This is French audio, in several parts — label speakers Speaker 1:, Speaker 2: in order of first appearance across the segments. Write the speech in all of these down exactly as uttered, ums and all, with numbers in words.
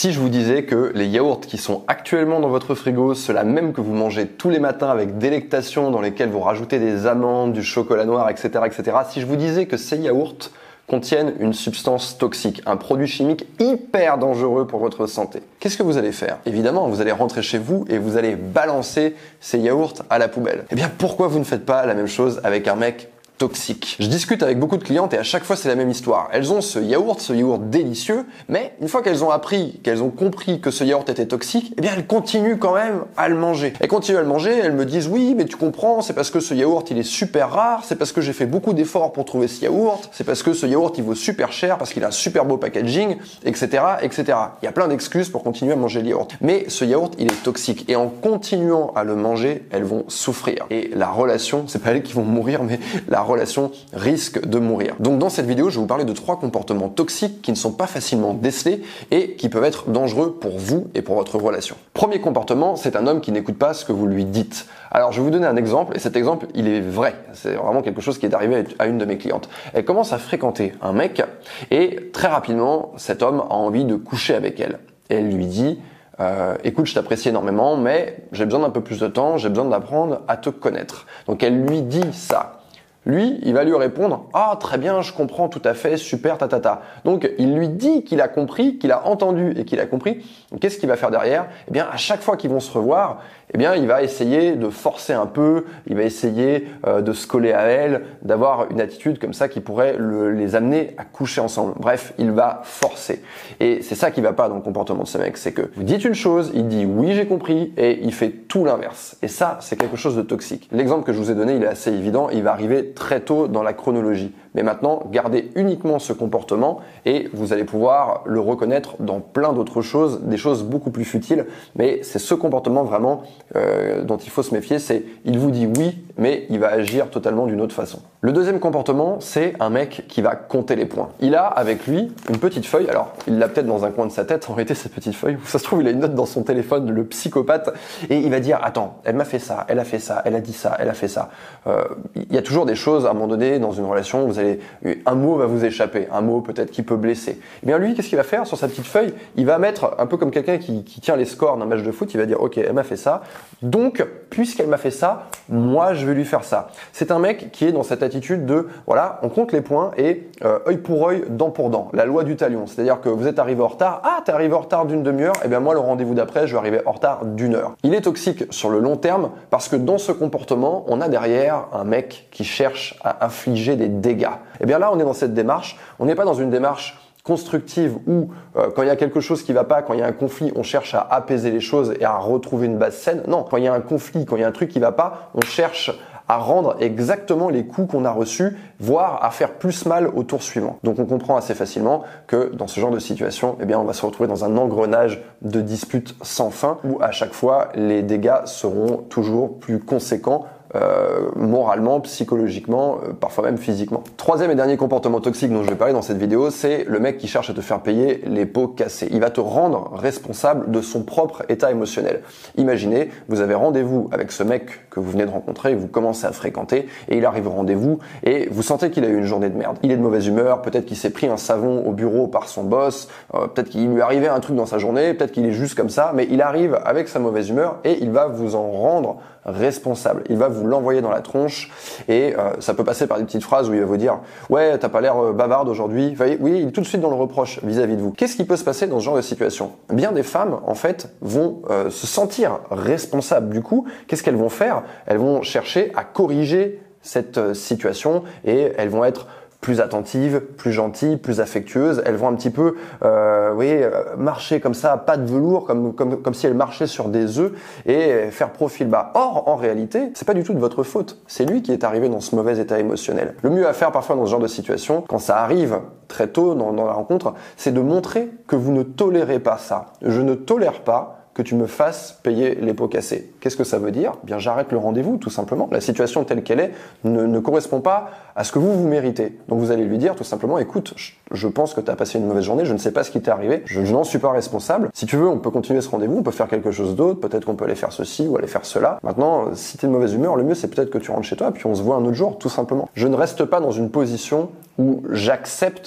Speaker 1: Si je vous disais que les yaourts qui sont actuellement dans votre frigo, ceux-là même que vous mangez tous les matins avec délectation, dans lesquels vous rajoutez des amandes, du chocolat noir, et cetera, et cetera, si je vous disais que ces yaourts contiennent une substance toxique, un produit chimique hyper dangereux pour votre santé, qu'est-ce que vous allez faire? Évidemment, vous allez rentrer chez vous et vous allez balancer ces yaourts à la poubelle. Eh bien, pourquoi vous ne faites pas la même chose avec un mec toxique? Je discute avec beaucoup de clientes et à chaque fois c'est la même histoire. Elles ont ce yaourt, ce yaourt délicieux, mais une fois qu'elles ont appris, qu'elles ont compris que ce yaourt était toxique, eh bien elles continuent quand même à le manger. Elles continuent à le manger, elles me disent oui, mais tu comprends, c'est parce que ce yaourt il est super rare, c'est parce que j'ai fait beaucoup d'efforts pour trouver ce yaourt, c'est parce que ce yaourt il vaut super cher, parce qu'il a un super beau packaging, et cetera, et cetera. Il y a plein d'excuses pour continuer à manger le yaourt. Mais ce yaourt il est toxique et en continuant à le manger, elles vont souffrir. Et la relation, c'est pas elles qui vont mourir, mais la relation risque de mourir. Donc dans cette vidéo, je vais vous parler de trois comportements toxiques qui ne sont pas facilement décelés et qui peuvent être dangereux pour vous et pour votre relation. Premier comportement, c'est un homme qui n'écoute pas ce que vous lui dites. Alors je vais vous donner un exemple et cet exemple, il est vrai. C'est vraiment quelque chose qui est arrivé à une de mes clientes. Elle commence à fréquenter un mec et très rapidement, cet homme a envie de coucher avec elle. Et elle lui dit Euh, écoute, je t'apprécie énormément, mais j'ai besoin d'un peu plus de temps, j'ai besoin d'apprendre à te connaître. Donc elle lui dit ça. Lui, il va lui répondre « Ah, très bien, je comprends tout à fait, super, ta, ta, ta. » Donc, il lui dit qu'il a compris, qu'il a entendu et qu'il a compris. Qu'est-ce qu'il va faire derrière? Eh bien, à chaque fois qu'ils vont se revoir, eh bien, il va essayer de forcer un peu, il va essayer euh, de se coller à elle, d'avoir une attitude comme ça qui pourrait le, les amener à coucher ensemble. Bref, il va forcer. Et c'est ça qui va pas dans le comportement de ce mec, c'est que vous dites une chose, il dit « Oui, j'ai compris » et il fait tout l'inverse. Et ça, c'est quelque chose de toxique. L'exemple que je vous ai donné, il est assez évident, il va arriver très tôt dans la chronologie. Mais maintenant, gardez uniquement ce comportement et vous allez pouvoir le reconnaître dans plein d'autres choses, des choses beaucoup plus futiles. Mais c'est ce comportement vraiment euh, dont il faut se méfier, c'est il vous dit oui, mais il va agir totalement d'une autre façon. Le deuxième comportement, c'est un mec qui va compter les points. Il a avec lui une petite feuille, alors il l'a peut-être dans un coin de sa tête, en réalité cette petite feuille, ça se trouve il a une note dans son téléphone, le psychopathe, et il va dire attends, elle m'a fait ça, elle a fait ça, elle a dit ça, elle a fait ça. Euh, il y a toujours des choses à un moment donné dans une relation, vous allez, un mot va vous échapper, un mot peut-être qui peut blesser. Et bien lui, qu'est-ce qu'il va faire sur sa petite feuille? Il va mettre un peu comme quelqu'un qui, qui tient les scores d'un match de foot, il va dire ok, elle m'a fait ça, donc puisqu'elle m'a fait ça, moi je vais lui faire ça. C'est un mec qui est dans cette attitude de voilà, on compte les points et euh, œil pour œil, dent pour dent, la loi du talion. C'est-à-dire que vous êtes arrivé en retard, ah t'es arrivé en retard d'une demi-heure, et bien moi le rendez-vous d'après, je vais arriver en retard d'une heure. Il est toxique sur le long terme parce que dans ce comportement, on a derrière un mec qui cherche à infliger des dégâts. Et bien là, on est dans cette démarche, on n'est pas dans une démarche constructive où euh, quand il y a quelque chose qui va pas, quand il y a un conflit, on cherche à apaiser les choses et à retrouver une base saine. Non, quand il y a un conflit, quand il y a un truc qui va pas, on cherche à rendre exactement les coups qu'on a reçus, voire à faire plus mal au tour suivant. Donc on comprend assez facilement que dans ce genre de situation, eh bien on va se retrouver dans un engrenage de disputes sans fin où à chaque fois les dégâts seront toujours plus conséquents. Euh, moralement, psychologiquement, euh, parfois même physiquement. Troisième et dernier comportement toxique dont je vais parler dans cette vidéo, c'est le mec qui cherche à te faire payer les pots cassés. Il va te rendre responsable de son propre état émotionnel. Imaginez, vous avez rendez-vous avec ce mec que vous venez de rencontrer, vous commencez à fréquenter, et il arrive au rendez-vous, et vous sentez qu'il a eu une journée de merde. Il est de mauvaise humeur, peut-être qu'il s'est pris un savon au bureau par son boss, euh, peut-être qu'il lui est arrivé un truc dans sa journée, peut-être qu'il est juste comme ça, mais il arrive avec sa mauvaise humeur, et il va vous en rendre responsable. Il va vous l'envoyer dans la tronche et euh, ça peut passer par des petites phrases où il va vous dire « Ouais, t'as pas l'air euh, bavarde aujourd'hui. » Oui, il est tout de suite dans le reproche vis-à-vis de vous. Qu'est-ce qui peut se passer dans ce genre de situation? Bien des femmes, en fait, vont euh, se sentir responsables. Du coup, qu'est-ce qu'elles vont faire? Elles vont chercher à corriger cette euh, situation et elles vont être plus attentives, plus gentilles, plus affectueuses. Elles vont un petit peu, euh, vous voyez, marcher comme ça, pas de velours, comme comme comme si elles marchaient sur des œufs et faire profil bas. Or, en réalité, c'est pas du tout de votre faute. C'est lui qui est arrivé dans ce mauvais état émotionnel. Le mieux à faire parfois dans ce genre de situation, quand ça arrive très tôt dans, dans la rencontre, c'est de montrer que vous ne tolérez pas ça. Je ne tolère pas que tu me fasses payer les pots cassés. Qu'est-ce que ça veut dire? Eh bien, j'arrête le rendez-vous, tout simplement. La situation telle qu'elle est ne, ne correspond pas à ce que vous, vous méritez. Donc, vous allez lui dire tout simplement, écoute, je, je pense que tu as passé une mauvaise journée, je ne sais pas ce qui t'est arrivé, je, je n'en suis pas responsable. Si tu veux, on peut continuer ce rendez-vous, on peut faire quelque chose d'autre, peut-être qu'on peut aller faire ceci ou aller faire cela. Maintenant, si tu es de mauvaise humeur, le mieux, c'est peut-être que tu rentres chez toi, puis on se voit un autre jour, tout simplement. Je ne reste pas dans une position où j'accepte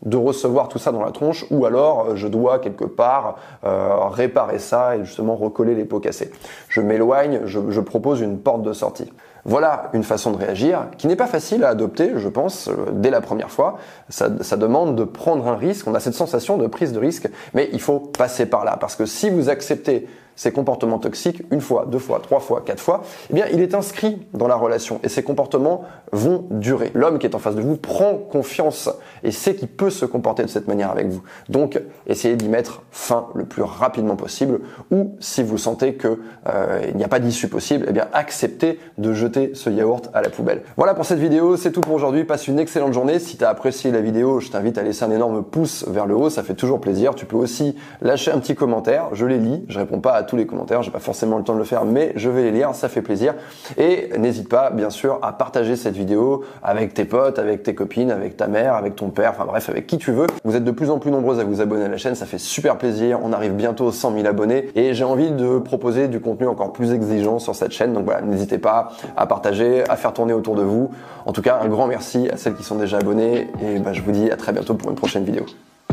Speaker 1: de recevoir tout ça dans la tronche, ou alors je dois quelque part euh, réparer ça et justement recoller les pots cassés. Je m'éloigne, je, je propose une porte de sortie. Voilà une façon de réagir qui n'est pas facile à adopter, je pense, euh, dès la première fois. Ça, ça demande de prendre un risque, on a cette sensation de prise de risque, mais il faut passer par là. Parce que si vous acceptez ces comportements toxiques une fois, deux fois, trois fois, quatre fois, eh bien, il est inscrit dans la relation et ces comportements vont durer. L'homme qui est en face de vous prend confiance et sait qu'il peut se comporter de cette manière avec vous. Donc, essayez d'y mettre fin le plus rapidement possible, ou si vous sentez que euh, il n'y a pas d'issue possible, eh bien, acceptez de jeter ce yaourt à la poubelle. Voilà pour cette vidéo, c'est tout pour aujourd'hui. Passe une excellente journée. Si tu as apprécié la vidéo, je t'invite à laisser un énorme pouce vers le haut, ça fait toujours plaisir. Tu peux aussi lâcher un petit commentaire, je les lis, je réponds pas à tous les commentaires, j'ai pas forcément le temps de le faire, mais je vais les lire, ça fait plaisir. Et n'hésite pas, bien sûr, à partager cette vidéo avec tes potes, avec tes copines, avec ta mère, avec ton père, enfin bref, avec qui tu veux. Vous êtes de plus en plus nombreuses à vous abonner à la chaîne, ça fait super plaisir. On arrive bientôt aux cent mille abonnés et j'ai envie de proposer du contenu encore plus exigeant sur cette chaîne. Donc voilà, n'hésitez pas à partager, à faire tourner autour de vous. En tout cas, un grand merci à celles qui sont déjà abonnées et bah, je vous dis à très bientôt pour une prochaine vidéo.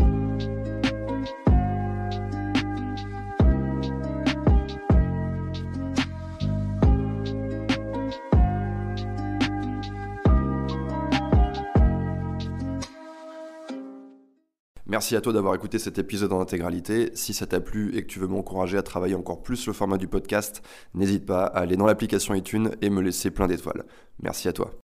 Speaker 1: Merci à toi d'avoir écouté cet épisode en intégralité. Si ça t'a plu et que tu veux m'encourager à travailler encore plus le format du podcast, n'hésite pas à aller dans l'application iTunes et me laisser plein d'étoiles. Merci à toi.